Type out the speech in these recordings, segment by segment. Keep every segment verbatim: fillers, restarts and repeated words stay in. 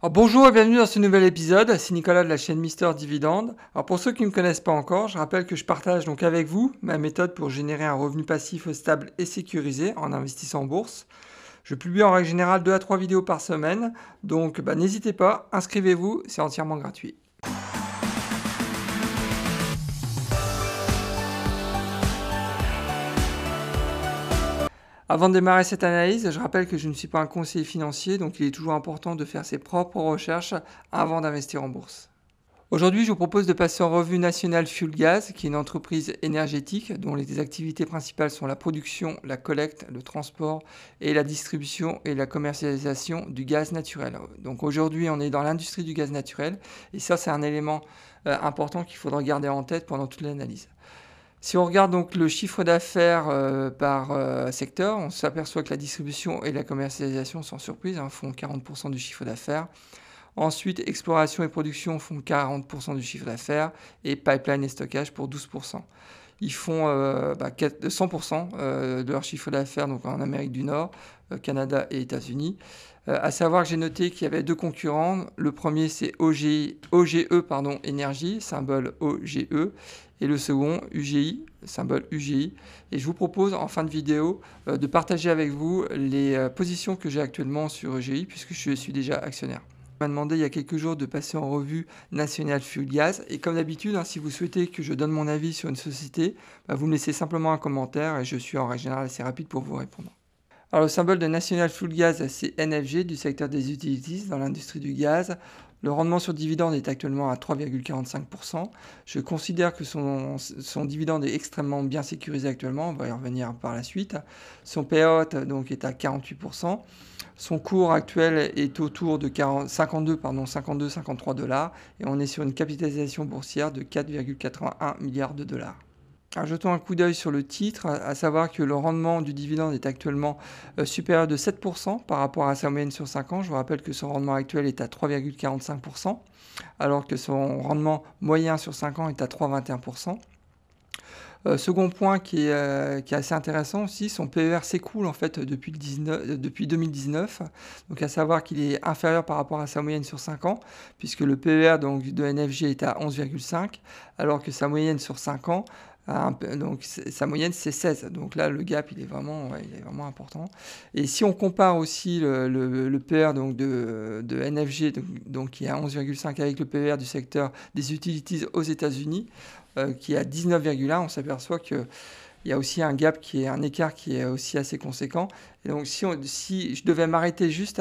Alors bonjour et bienvenue dans ce nouvel épisode, c'est Nicolas de la chaîne Mister Dividende. Alors pour ceux qui ne me connaissent pas encore, je rappelle que je partage donc avec vous ma méthode pour générer un revenu passif stable et sécurisé en investissant en bourse. Je publie en règle générale deux à trois vidéos par semaine, donc bah, n'hésitez pas, inscrivez-vous, c'est entièrement gratuit. Avant de démarrer cette analyse, je rappelle que je ne suis pas un conseiller financier, donc il est toujours important de faire ses propres recherches avant d'investir en bourse. Aujourd'hui, je vous propose de passer en revue National Fuel Gas, qui est une entreprise énergétique dont les activités principales sont la production, la collecte, le transport et la distribution et la commercialisation du gaz naturel. Donc aujourd'hui, on est dans l'industrie du gaz naturel et ça, c'est un élément euh, important qu'il faudra garder en tête pendant toute l'analyse. Si on regarde donc le chiffre d'affaires euh, par euh, secteur, on s'aperçoit que la distribution et la commercialisation, sans surprise, hein, font quarante pour cent du chiffre d'affaires. Ensuite, exploration et production font quarante pour cent du chiffre d'affaires et pipeline et stockage pour douze pour cent. Ils font euh, bah, cent pour cent euh, de leur chiffre d'affaires donc en Amérique du Nord, euh, Canada et États-Unis. Euh, à savoir que j'ai noté qu'il y avait deux concurrents. Le premier, c'est O G, O G E pardon, Énergie, symbole O G E, et le second, U G I, symbole U G I. Et je vous propose en fin de vidéo euh, de partager avec vous les euh, positions que j'ai actuellement sur U G I, puisque je suis déjà actionnaire. On m'a demandé il y a quelques jours de passer en revue National Fuel Gas. Et comme d'habitude, hein, si vous souhaitez que je donne mon avis sur une société, bah, vous me laissez simplement un commentaire et je suis en règle générale assez rapide pour vous répondre. Alors le symbole de National Fuel Gas, c'est N F G du secteur des utilities dans l'industrie du gaz. Le rendement sur dividende est actuellement à trois virgule quarante-cinq pour cent. Je considère que son, son dividende est extrêmement bien sécurisé actuellement, on va y revenir par la suite. Son payout donc, est à quarante-huit pour cent. Son cours actuel est autour de quarante, cinquante-deux, pardon, cinquante-deux à cinquante-trois dollars et on est sur une capitalisation boursière de quatre virgule quatre-vingt-un milliards de dollars. Alors, jetons un coup d'œil sur le titre, à savoir que le rendement du dividende est actuellement euh, supérieur de sept pour cent par rapport à sa moyenne sur cinq ans. Je vous rappelle que son rendement actuel est à trois virgule quarante-cinq pour cent, alors que son rendement moyen sur cinq ans est à trois virgule vingt et un pour cent. Euh, second point qui est, euh, qui est assez intéressant aussi, son P E R s'écoule en fait depuis, le dix-neuf, depuis deux mille dix-neuf, donc à savoir qu'il est inférieur par rapport à sa moyenne sur cinq ans, puisque le P E R donc, de N F G est à onze virgule cinq, alors que sa moyenne sur cinq ans, donc sa moyenne c'est seize, donc là le gap il est vraiment, ouais, il est vraiment important. Et si on compare aussi le, le, le P E R donc, de, de N F G donc, donc, qui est à onze virgule cinq avec le P E R du secteur des utilities aux États-Unis, Euh, qui est à dix-neuf virgule un, on s'aperçoit qu'il y a aussi un gap, qui est un écart qui est aussi assez conséquent. Et donc si, on, si je devais m'arrêter juste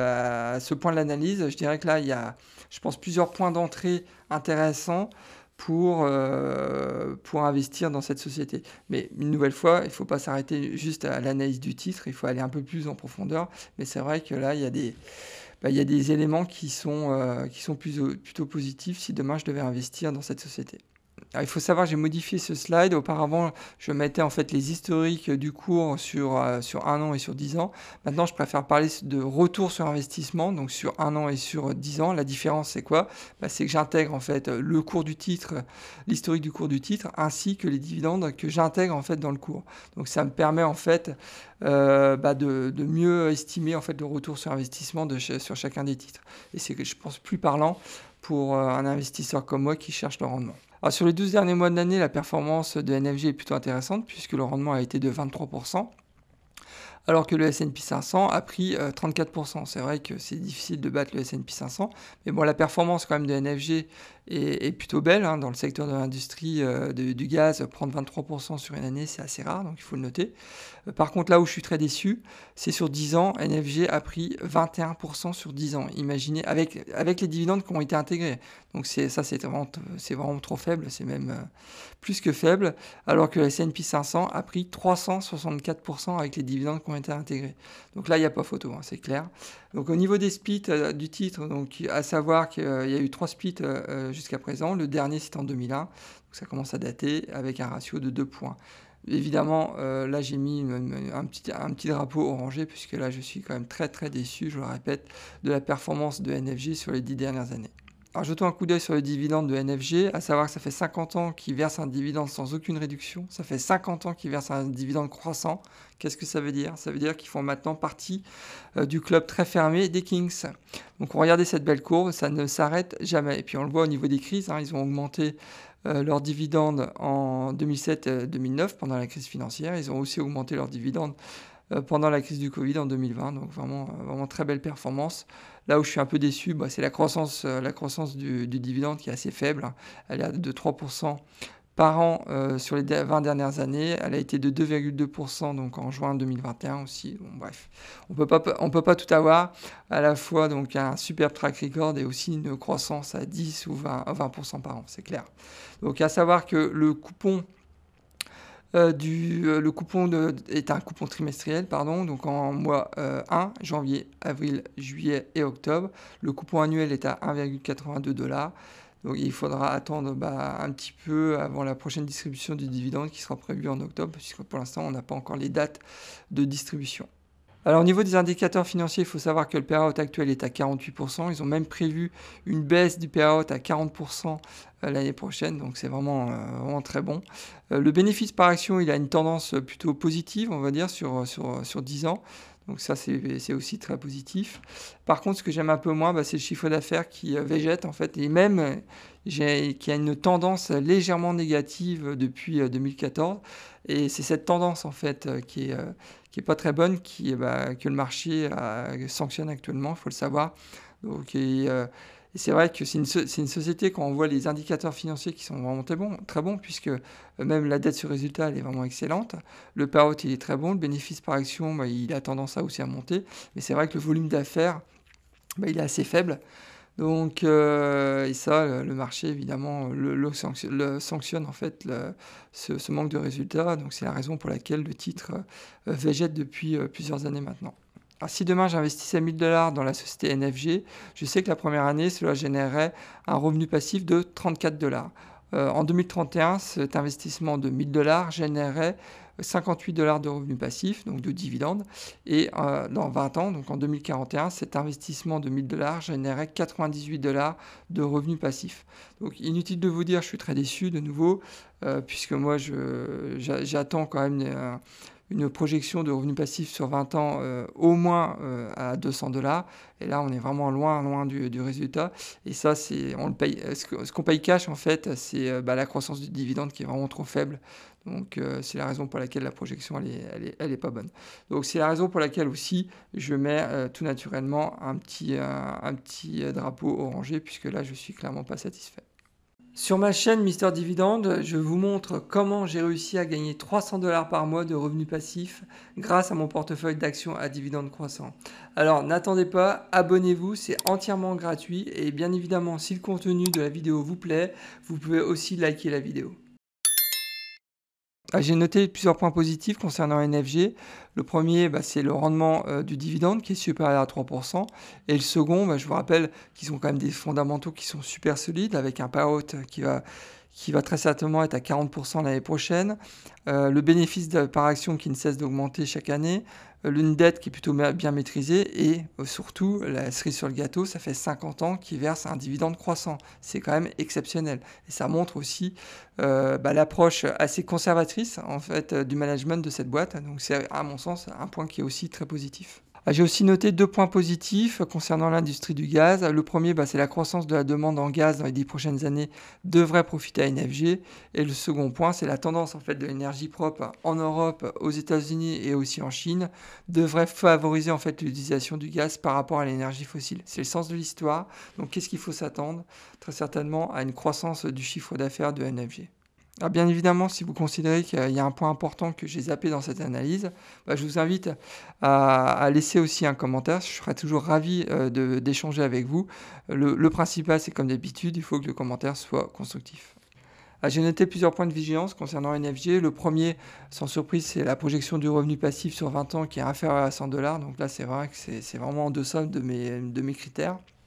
à, à ce point de l'analyse, je dirais que là, il y a, je pense, plusieurs points d'entrée intéressants pour, euh, pour investir dans cette société. Mais une nouvelle fois, il ne faut pas s'arrêter juste à l'analyse du titre, il faut aller un peu plus en profondeur. Mais c'est vrai que là, il y a des... Bah, il y a des éléments qui sont, euh, qui sont plus, plutôt positifs si demain je devais investir dans cette société. Alors, il faut savoir que j'ai modifié ce slide. Auparavant, je mettais en fait les historiques du cours sur, euh, sur un an et sur dix ans. Maintenant, je préfère parler de retour sur investissement, donc sur un an et sur dix ans. La différence, c'est quoi? Bah, c'est que j'intègre en fait le cours du titre, l'historique du cours du titre, ainsi que les dividendes que j'intègre en fait dans le cours. Donc, ça me permet en fait euh, bah, de, de mieux estimer en fait le retour sur investissement de, sur chacun des titres. Et c'est que je pense plus parlant pour euh, un investisseur comme moi qui cherche le rendement. Alors, sur les douze derniers mois de l'année, la performance de N F G est plutôt intéressante puisque le rendement a été de vingt-trois pour cent. Alors que le S and P cinq cents a pris euh, trente-quatre pour cent. C'est vrai que c'est difficile de battre le S and P cinq cents, mais bon, la performance quand même de N F G est, est plutôt belle, hein, dans le secteur de l'industrie euh, de, du gaz. Prendre vingt-trois pour cent sur une année, c'est assez rare, donc il faut le noter. Euh, par contre, là où je suis très déçu, c'est sur dix ans, N F G a pris vingt et un pour cent sur dix ans. Imaginez, avec, avec les dividendes qui ont été intégrés. Donc c'est, ça, c'est vraiment, c'est vraiment trop faible, c'est même euh, plus que faible, alors que le S and P cinq cents a pris trois cent soixante-quatre pour cent avec les dividendes qui ont été intégrés. Donc là, il n'y a pas photo, hein, c'est clair. Donc au niveau des splits euh, du titre, donc, à savoir qu'il euh, y a eu trois splits euh, jusqu'à présent. Le dernier, c'était en deux mille un, donc ça commence à dater avec un ratio de deux points. Évidemment, euh, là, j'ai mis une, une, un, petit, un petit drapeau orangé, puisque là, je suis quand même très, très déçu, je le répète, de la performance de N F G sur les dix dernières années. Alors, jetons un coup d'œil sur le dividende de N F G, à savoir que ça fait cinquante ans qu'ils versent un dividende sans aucune réduction. Ça fait cinquante ans qu'ils versent un dividende croissant. Qu'est-ce que ça veut dire? Ça veut dire qu'ils font maintenant partie euh, du club très fermé des Kings. Donc, regardez cette belle courbe, ça ne s'arrête jamais. Et puis, on le voit au niveau des crises, hein, ils ont augmenté euh, leurs dividendes en deux mille sept deux mille neuf pendant la crise financière. Ils ont aussi augmenté leurs dividendes euh, pendant la crise du Covid en deux mille vingt. Donc, vraiment, euh, vraiment très belle performance. Là où je suis un peu déçu, bah, c'est la croissance, euh, la croissance du, du dividende qui est assez faible. Elle est de trois pour cent par an euh, sur les vingt dernières années. Elle a été de deux virgule deux pour cent donc en juin deux mille vingt et un aussi. Bon, bref, on peut pas, on peut pas tout avoir. À la fois donc un superbe track record et aussi une croissance à dix ou vingt, vingt pour cent par an, c'est clair. Donc à savoir que le coupon Euh, du, euh, le coupon de, est un coupon trimestriel, pardon, donc en mois euh, un, janvier, avril, juillet et octobre. Le coupon annuel est à un virgule quatre-vingt-deux dollars. Donc il faudra attendre bah, un petit peu avant la prochaine distribution du dividende qui sera prévue en octobre, puisque pour l'instant on n'a pas encore les dates de distribution. Alors au niveau des indicateurs financiers, il faut savoir que le payout actuel est à quarante-huit pour cent. Ils ont même prévu une baisse du payout à quarante pour cent l'année prochaine, donc c'est vraiment, euh, vraiment très bon. Euh, le bénéfice par action, il a une tendance plutôt positive, on va dire, sur, sur, sur dix ans. Donc ça, c'est aussi très positif. Par contre, ce que j'aime un peu moins, bah, c'est le chiffre d'affaires qui euh, végète, en fait, et même euh, qui a une tendance légèrement négative depuis euh, deux mille quatorze. Et c'est cette tendance, en fait, euh, qui est... Euh, qui n'est pas très bonne, qui, bah, que le marché euh, sanctionne actuellement, il faut le savoir. Donc, et, euh, et c'est vrai que c'est une, so une société, quand on voit les indicateurs financiers qui sont vraiment très bons, très bons puisque euh, même la dette sur résultat, elle est vraiment excellente. Le payout, il est très bon. Le bénéfice par action, bah, il a tendance à aussi à monter. Mais c'est vrai que le volume d'affaires, bah, il est assez faible. Donc, euh, et ça, le, le marché, évidemment, le, le, sanctionne, le sanctionne, en fait, le, ce, ce manque de résultats. Donc, c'est la raison pour laquelle le titre euh, végète depuis euh, plusieurs années maintenant. Alors, si demain j'investissais mille dollars dans la société N F G, je sais que la première année, cela générerait un revenu passif de trente-quatre dollars. Euh, en deux mille trente et un, cet investissement de mille dollars générerait cinquante-huit dollars de revenus passifs, donc de dividendes. Et euh, dans vingt ans, donc en deux mille quarante et un, cet investissement de mille dollars générait quatre-vingt-dix-huit dollars de revenus passifs. Donc inutile de vous dire, je suis très déçu de nouveau, euh, puisque moi j'attends quand même euh, une projection de revenus passifs sur vingt ans euh, au moins euh, à deux cents dollars. Et là, on est vraiment loin, loin du, du résultat. Et ça, c'est, on le paye. Ce qu'on paye cash, en fait, c'est euh, bah, la croissance du dividende qui est vraiment trop faible. Donc, euh, c'est la raison pour laquelle la projection, elle est, elle est, elle est pas bonne. Donc, c'est la raison pour laquelle aussi, je mets euh, tout naturellement un petit, euh, un petit drapeau orangé, puisque là, je suis clairement pas satisfait. Sur ma chaîne Mister Dividende, je vous montre comment j'ai réussi à gagner trois cents dollars par mois de revenus passifs grâce à mon portefeuille d'actions à dividendes croissants. Alors n'attendez pas, abonnez-vous, c'est entièrement gratuit et bien évidemment si le contenu de la vidéo vous plaît, vous pouvez aussi liker la vidéo. J'ai noté plusieurs points positifs concernant N F G. Le premier, bah, c'est le rendement euh, du dividende qui est supérieur à trois pour cent. Et le second, bah, je vous rappelle qu'ils ont quand même des fondamentaux qui sont super solides avec un payout qui va, qui va très certainement être à quarante pour cent l'année prochaine. Euh, le bénéfice de, par action qui ne cesse d'augmenter chaque année. Euh, une dette qui est plutôt bien maîtrisée. Et euh, surtout, la cerise sur le gâteau, ça fait cinquante ans qu'ils versent un dividende croissant. C'est quand même exceptionnel. Et ça montre aussi euh, bah, l'approche assez conservatrice en fait, euh, du management de cette boîte. Donc c'est à mon sens un point qui est aussi très positif. J'ai aussi noté deux points positifs concernant l'industrie du gaz. Le premier, bah, c'est la croissance de la demande en gaz dans les dix prochaines années devrait profiter à N F G. Et le second point, c'est la tendance en fait, de l'énergie propre en Europe, aux États-Unis et aussi en Chine devrait favoriser en fait, l'utilisation du gaz par rapport à l'énergie fossile. C'est le sens de l'histoire. Donc qu'est-ce qu'il faut s'attendre? Très certainement à une croissance du chiffre d'affaires de N F G. Alors bien évidemment, si vous considérez qu'il y a un point important que j'ai zappé dans cette analyse, bah, je vous invite à, à laisser aussi un commentaire. Je serai toujours ravi euh, d'échanger avec vous. Le, le principal, c'est comme d'habitude, il faut que le commentaire soit constructif. J'ai noté plusieurs points de vigilance concernant N F G. Le premier, sans surprise, c'est la projection du revenu passif sur vingt ans qui est inférieur à cent dollars. Donc là, c'est vrai que c'est vraiment en deçà de mes, de mes critères.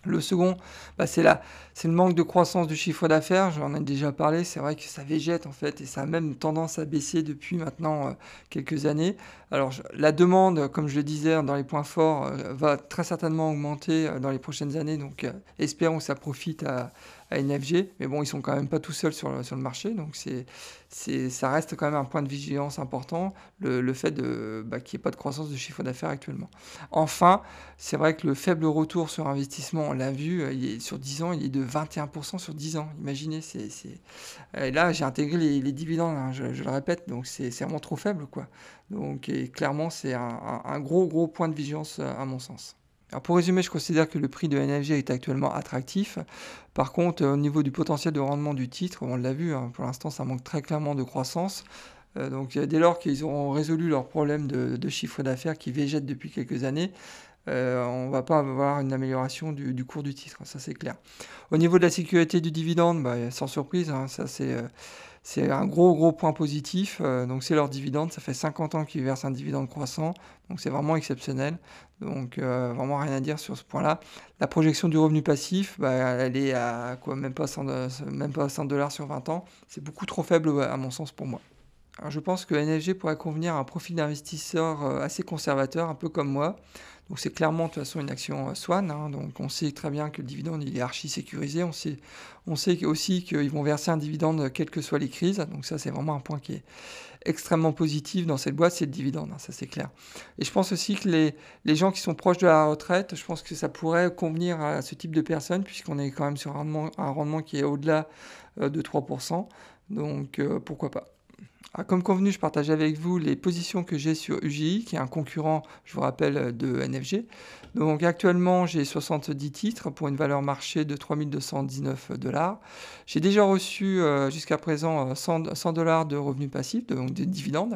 Le second, bah, c'est la c'est le manque de croissance du chiffre d'affaires. J'en ai déjà parlé, c'est vrai que ça végète en fait et ça a même tendance à baisser depuis maintenant, heu, quelques années. Alors je la demande, comme je le disais dans les points forts, heu, va très certainement augmenter, heu, dans les prochaines années donc heu, espérons que ça profite à à N F G. Mais bon, ils sont quand même pas tout seuls sur le sur le marché donc c'est c'est ça reste quand même un point de vigilance important, le le fait de, bah, qu'il y ait pas de croissance de chiffre d'affaires actuellement. Enfin, c'est vrai que le faible retour sur investissement, on l'a vu, heu, il est sur dix ans, il est de vingt et un pour cent sur dix ans. Imaginez, c'est c'est et là, j'ai intégré les les dividendes, hein, je je le répète, donc c'est c'est vraiment trop faible, quoi. Donc et clairement, c'est un un un gros, gros point de vigilance, heu, à mon sens. Alors pour résumer, je considère que le prix de N F G est actuellement attractif. Par contre, heu, au niveau du potentiel de rendement du titre, on l'a vu, hein, pour l'instant, ça manque très clairement de croissance. Heu, donc heu, dès lors qu'ils auront résolu leurs problèmes de de chiffre d'affaires qui végètent depuis quelques années, heu, on va pas avoir une amélioration du du cours du titre, ça c'est clair. Au niveau de la sécurité du dividende, bah, sans surprise, hein, ça c'est, heu, c'est un gros, gros point positif, heu, donc c'est leur dividende. Ça fait cinquante ans qu'ils versent un dividende croissant, donc c'est vraiment exceptionnel. Donc heu, vraiment rien à dire sur ce point-là. La projection du revenu passif, bah, elle est à quoi? Même pas cent de même pas cent dollars sur vingt ans. C'est beaucoup trop faible, ouais, à mon sens, pour moi. Alors je pense que N F G pourrait convenir à un profil d'investisseur, heu, assez conservateur, un peu comme moi. Donc c'est clairement de toute façon une action, heu, Swan, hein, donc on sait très bien que le dividende il est archi sécurisé. On sait on sait que aussi qu'ils vont verser un dividende, heu, quelles que soient les crises. Donc ça, c'est vraiment un point qui est extrêmement positif dans cette boîte, c'est le dividende, hein, ça c'est clair. Et je pense aussi que les les gens qui sont proches de la retraite, je pense que ça pourrait convenir à ce type de personnes puisqu'on est quand même sur un rendement un rendement qui est au-delà, heu, de trois pour cent. Donc heu, pourquoi pas? Ah, comme convenu, je partage avec vous les positions que j'ai sur U J I, qui est un concurrent, je vous rappelle, euh, de N F G. Donc actuellement, j'ai soixante-dix titres pour une valeur marché de trois mille deux cent dix-neuf dollars. J'ai déjà reçu euh, jusqu'à présent euh, cent dollars de revenus passifs, donc des dividendes.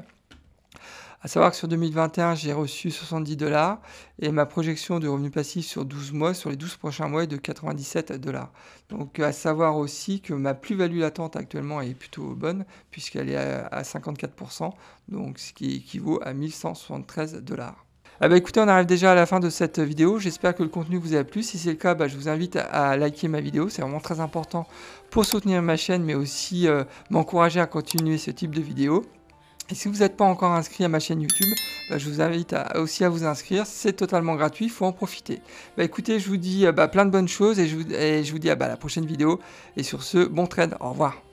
À savoir que sur deux mille vingt et un, j'ai reçu soixante-dix dollars et ma projection de revenus passifs sur douze mois, sur les douze prochains mois, est de quatre-vingt-dix-sept dollars. Donc à savoir aussi que ma plus-value latente actuellement est plutôt bonne puisqu'elle est à, à cinquante-quatre pour cent, donc ce qui équivaut à mille cent soixante-treize dollars. Ah bah écoutez, on arrive déjà à la fin de cette vidéo. J'espère que le contenu vous a plu. Si c'est le cas, bah, je vous invite à, à liker ma vidéo. C'est vraiment très important pour soutenir ma chaîne, mais aussi euh, m'encourager à continuer ce type de vidéos. Et si vous n'êtes pas encore inscrit à ma chaîne YouTube, bah, je vous invite à, aussi à vous inscrire. C'est totalement gratuit, il faut en profiter. Bah, écoutez, je vous dis euh, bah, plein de bonnes choses et je vous, et je vous dis à bah, la prochaine vidéo. Et sur ce, bon trade, au revoir.